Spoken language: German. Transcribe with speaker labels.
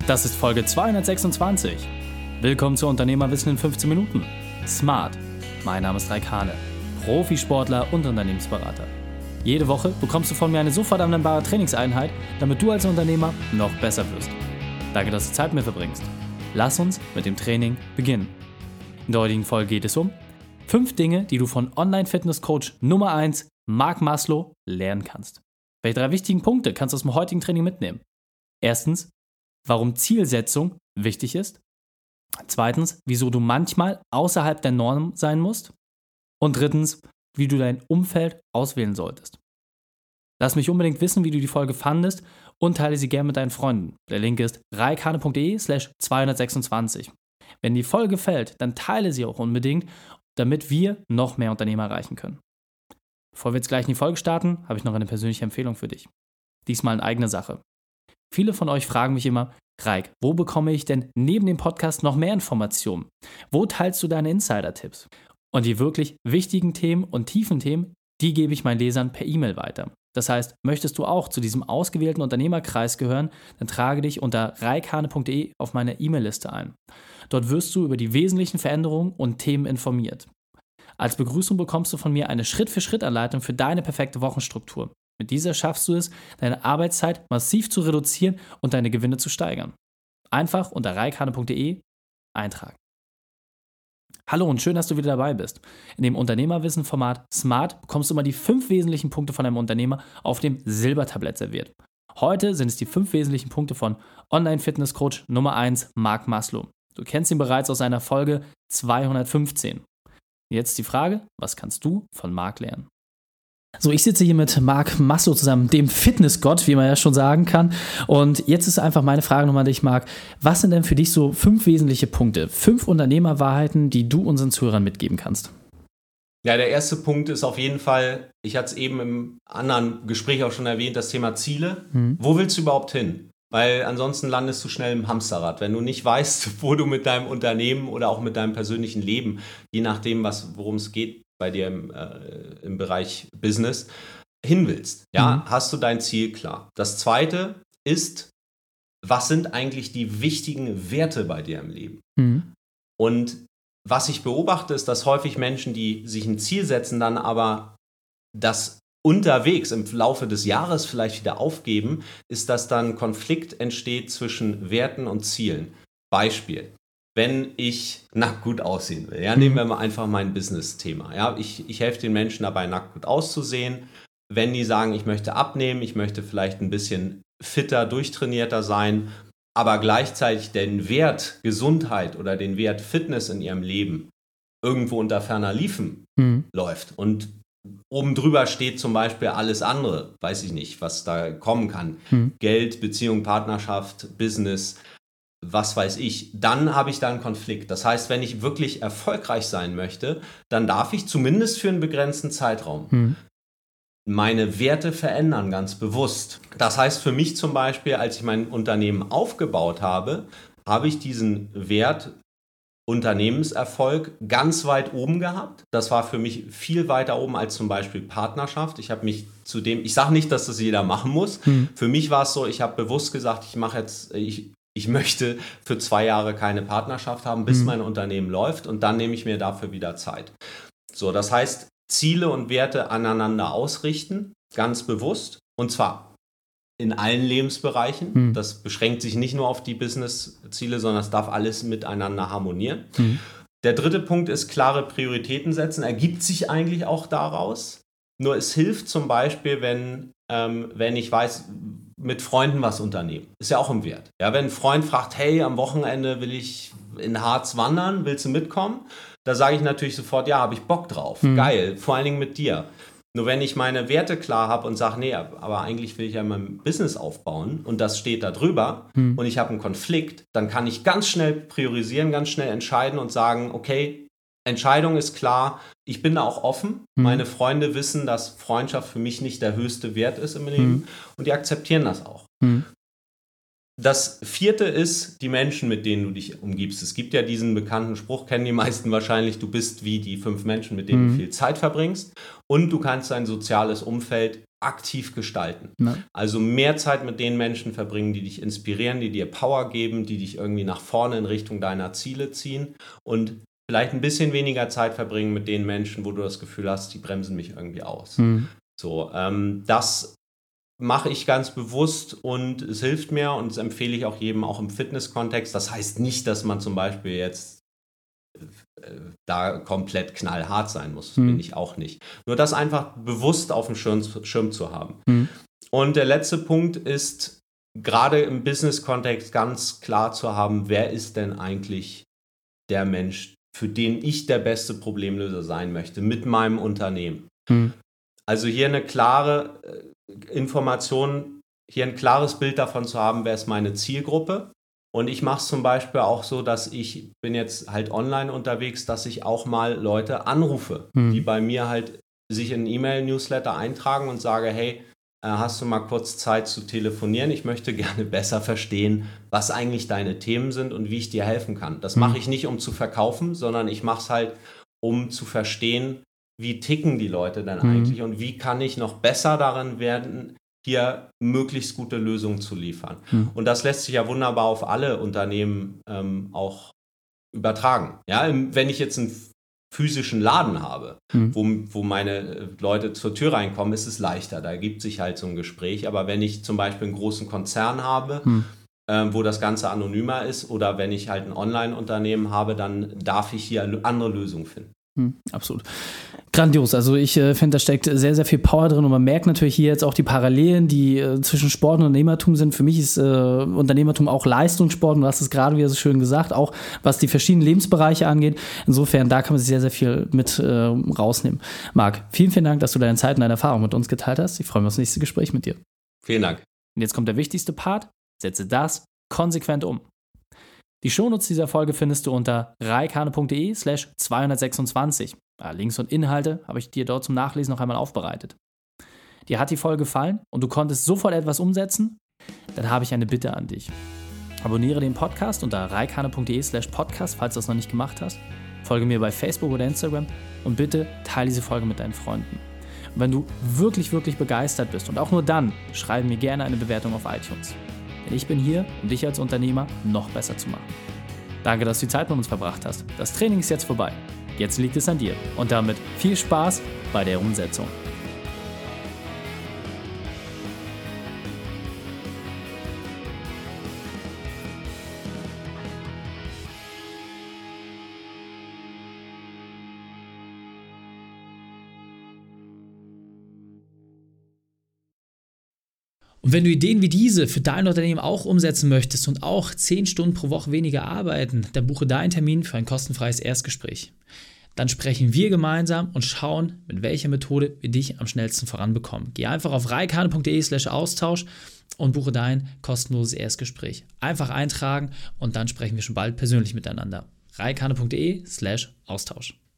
Speaker 1: Das ist Folge 226. Willkommen zu Unternehmerwissen in 15 Minuten. Smart. Mein Name ist Raik Hane, Profisportler und Unternehmensberater. Jede Woche bekommst du von mir eine sofort anwendbare Trainingseinheit, damit du als Unternehmer noch besser wirst. Danke, dass du Zeit mit mir verbringst. Lass uns mit dem Training beginnen. In der heutigen Folge geht es um 5 Dinge, die du von Online-Fitness-Coach Nummer 1, Mark Maslow, lernen kannst. Welche 3 wichtigen Punkte kannst du aus dem heutigen Training mitnehmen? Erstens, warum Zielsetzung wichtig ist. Zweitens, wieso du manchmal außerhalb der Norm sein musst. Und drittens, wie du dein Umfeld auswählen solltest. Lass mich unbedingt wissen, wie du die Folge fandest und teile sie gerne mit deinen Freunden. Der Link ist raikhane.de/226. Wenn die Folge gefällt, dann teile sie auch unbedingt, damit wir noch mehr Unternehmer erreichen können. Bevor wir jetzt gleich in die Folge starten, habe ich noch eine persönliche Empfehlung für dich. Diesmal in eigener Sache. Viele von euch fragen mich immer, Raik, wo bekomme ich denn neben dem Podcast noch mehr Informationen? Wo teilst du deine Insider-Tipps? Und die wirklich wichtigen Themen und tiefen Themen, die gebe ich meinen Lesern per E-Mail weiter. Das heißt, möchtest du auch zu diesem ausgewählten Unternehmerkreis gehören, dann trage dich unter raikhane.de auf meine E-Mail-Liste ein. Dort wirst du über die wesentlichen Veränderungen und Themen informiert. Als Begrüßung bekommst du von mir eine Schritt-für-Schritt-Anleitung für deine perfekte Wochenstruktur. Mit dieser schaffst du es, deine Arbeitszeit massiv zu reduzieren und deine Gewinne zu steigern. Einfach unter raikhane.de eintragen. Hallo und schön, dass du wieder dabei bist. In dem Unternehmerwissen-Format Smart bekommst du immer die 5 wesentlichen Punkte von einem Unternehmer auf dem Silbertablett serviert. Heute sind es die 5 wesentlichen Punkte von Online-Fitness-Coach Nummer 1, Mark Maslow. Du kennst ihn bereits aus seiner Folge 215. Jetzt die Frage, was kannst du von Mark lernen? So, ich sitze hier mit Mark Maslow zusammen, dem Fitnessgott, wie man ja schon sagen kann. Und jetzt ist einfach meine Frage nochmal an dich, Mark. Was sind denn für dich so 5 wesentliche Punkte, 5 Unternehmerwahrheiten, die du unseren Zuhörern mitgeben kannst?
Speaker 2: Ja, der erste Punkt ist auf jeden Fall, ich hatte es eben im anderen Gespräch auch schon erwähnt, das Thema Ziele. Wo willst du überhaupt hin? Weil ansonsten landest du schnell im Hamsterrad. Wenn du nicht weißt, wo du mit deinem Unternehmen oder auch mit deinem persönlichen Leben, je nachdem, worum es geht, bei dir im Bereich Business hin willst. Ja, hast du dein Ziel klar. Das zweite ist, was sind eigentlich die wichtigen Werte bei dir im Leben? Und was ich beobachte, ist, dass häufig Menschen, die sich ein Ziel setzen, dann aber das unterwegs im Laufe des Jahres vielleicht wieder aufgeben, ist, dass dann Konflikt entsteht zwischen Werten und Zielen. Beispiel. Wenn ich nackt gut aussehen will, ja, nehmen wir mal einfach mein Business-Thema. Ja, ich helfe den Menschen dabei, nackt gut auszusehen. Wenn die sagen, ich möchte abnehmen, ich möchte vielleicht ein bisschen fitter, durchtrainierter sein, aber gleichzeitig den Wert Gesundheit oder den Wert Fitness in ihrem Leben irgendwo unter ferner Liefen läuft und oben drüber steht zum Beispiel alles andere, weiß ich nicht, was da kommen kann. Geld, Beziehung, Partnerschaft, Business, was weiß ich, dann habe ich da einen Konflikt. Das heißt, wenn ich wirklich erfolgreich sein möchte, dann darf ich zumindest für einen begrenzten Zeitraum meine Werte verändern, ganz bewusst. Das heißt für mich zum Beispiel, als ich mein Unternehmen aufgebaut habe, habe ich diesen Wert Unternehmenserfolg ganz weit oben gehabt. Das war für mich viel weiter oben als zum Beispiel Partnerschaft. Ich habe mich zu dem, ich sage nicht, dass das jeder machen muss. Für mich war es so, ich habe bewusst gesagt, ich möchte für 2 Jahre keine Partnerschaft haben, bis mein Unternehmen läuft und dann nehme ich mir dafür wieder Zeit. So, das heißt, Ziele und Werte aneinander ausrichten, ganz bewusst und zwar in allen Lebensbereichen. Das beschränkt sich nicht nur auf die Business-Ziele, sondern es darf alles miteinander harmonieren. Der dritte Punkt ist klare Prioritäten setzen, ergibt sich eigentlich auch daraus. Nur es hilft zum Beispiel, wenn ich weiß, mit Freunden was unternehmen. Ist ja auch ein Wert. Ja, wenn ein Freund fragt, hey, am Wochenende will ich in Harz wandern, willst du mitkommen? Da sage ich natürlich sofort, ja, habe ich Bock drauf. Geil, vor allen Dingen mit dir. Nur wenn ich meine Werte klar habe und sage, nee, aber eigentlich will ich ja mein Business aufbauen und das steht da drüber und ich habe einen Konflikt, dann kann ich ganz schnell priorisieren, ganz schnell entscheiden und sagen, okay, Entscheidung ist klar, ich bin da auch offen. Meine Freunde wissen, dass Freundschaft für mich nicht der höchste Wert ist im Leben und die akzeptieren das auch. Das vierte ist die Menschen, mit denen du dich umgibst. Es gibt ja diesen bekannten Spruch, kennen die meisten wahrscheinlich, du bist wie die 5 Menschen, mit denen du viel Zeit verbringst. Und du kannst dein soziales Umfeld aktiv gestalten.
Speaker 1: Ja.
Speaker 2: Also mehr Zeit mit den Menschen verbringen, die dich inspirieren, die dir Power geben, die dich irgendwie nach vorne in Richtung deiner Ziele ziehen und vielleicht ein bisschen weniger Zeit verbringen mit den Menschen, wo du das Gefühl hast, die bremsen mich irgendwie aus. So, das mache ich ganz bewusst und es hilft mir und das empfehle ich auch jedem, auch im Fitness-Kontext. Das heißt nicht, dass man zum Beispiel jetzt da komplett knallhart sein muss. Das bin ich auch nicht. Nur das einfach bewusst auf dem Schirm zu haben. Und der letzte Punkt ist, gerade im Business-Kontext ganz klar zu haben, wer ist denn eigentlich der Mensch, für den ich der beste Problemlöser sein möchte mit meinem Unternehmen. Also hier eine klare Information, hier ein klares Bild davon zu haben, wer ist meine Zielgruppe. Und ich mache es zum Beispiel auch so, dass ich bin jetzt halt online unterwegs, dass ich auch mal Leute anrufe, die bei mir halt sich in einen E-Mail-Newsletter eintragen und sage, hey, hast du mal kurz Zeit zu telefonieren? Ich möchte gerne besser verstehen, was eigentlich deine Themen sind und wie ich dir helfen kann. Das mache ich nicht, um zu verkaufen, sondern ich mache es halt, um zu verstehen, wie ticken die Leute denn eigentlich und wie kann ich noch besser darin werden, hier möglichst gute Lösungen zu liefern. Und das lässt sich ja wunderbar auf alle Unternehmen auch übertragen. Ja, wenn ich jetzt einen physischen Laden habe, wo meine Leute zur Tür reinkommen, ist es leichter. Da ergibt sich halt so ein Gespräch. Aber wenn ich zum Beispiel einen großen Konzern habe, wo das Ganze anonymer ist, oder wenn ich halt ein Online-Unternehmen habe, dann darf ich hier andere Lösungen finden.
Speaker 1: Absolut. Grandios. Also ich finde, da steckt sehr, sehr viel Power drin und man merkt natürlich hier jetzt auch die Parallelen, die zwischen Sport und Unternehmertum sind. Für mich ist Unternehmertum auch Leistungssport und du hast es gerade wieder so schön gesagt, auch was die verschiedenen Lebensbereiche angeht. Insofern, da kann man sich sehr, sehr viel mit rausnehmen. Marc, vielen, vielen Dank, dass du deine Zeit und deine Erfahrung mit uns geteilt hast. Ich freue mich auf das nächste Gespräch mit dir.
Speaker 2: Vielen Dank.
Speaker 1: Und jetzt kommt der wichtigste Part. Setze das konsequent um. Die Shownotes dieser Folge findest du unter reikane.de/226. Links und Inhalte habe ich dir dort zum Nachlesen noch einmal aufbereitet. Dir hat die Folge gefallen und du konntest sofort etwas umsetzen? Dann habe ich eine Bitte an dich. Abonniere den Podcast unter reikane.de/podcast, falls du das noch nicht gemacht hast. Folge mir bei Facebook oder Instagram und bitte teile diese Folge mit deinen Freunden. Und wenn du wirklich, wirklich begeistert bist und auch nur dann, schreibe mir gerne eine Bewertung auf iTunes. Denn ich bin hier, um dich als Unternehmer noch besser zu machen. Danke, dass du die Zeit mit uns verbracht hast. Das Training ist jetzt vorbei. Jetzt liegt es an dir. Und damit viel Spaß bei der Umsetzung. Und wenn du Ideen wie diese für dein Unternehmen auch umsetzen möchtest und auch 10 Stunden pro Woche weniger arbeiten, dann buche deinen Termin für ein kostenfreies Erstgespräch. Dann sprechen wir gemeinsam und schauen, mit welcher Methode wir dich am schnellsten voranbekommen. Geh einfach auf reikane.de/Austausch und buche dein kostenloses Erstgespräch. Einfach eintragen und dann sprechen wir schon bald persönlich miteinander. reikane.de/Austausch.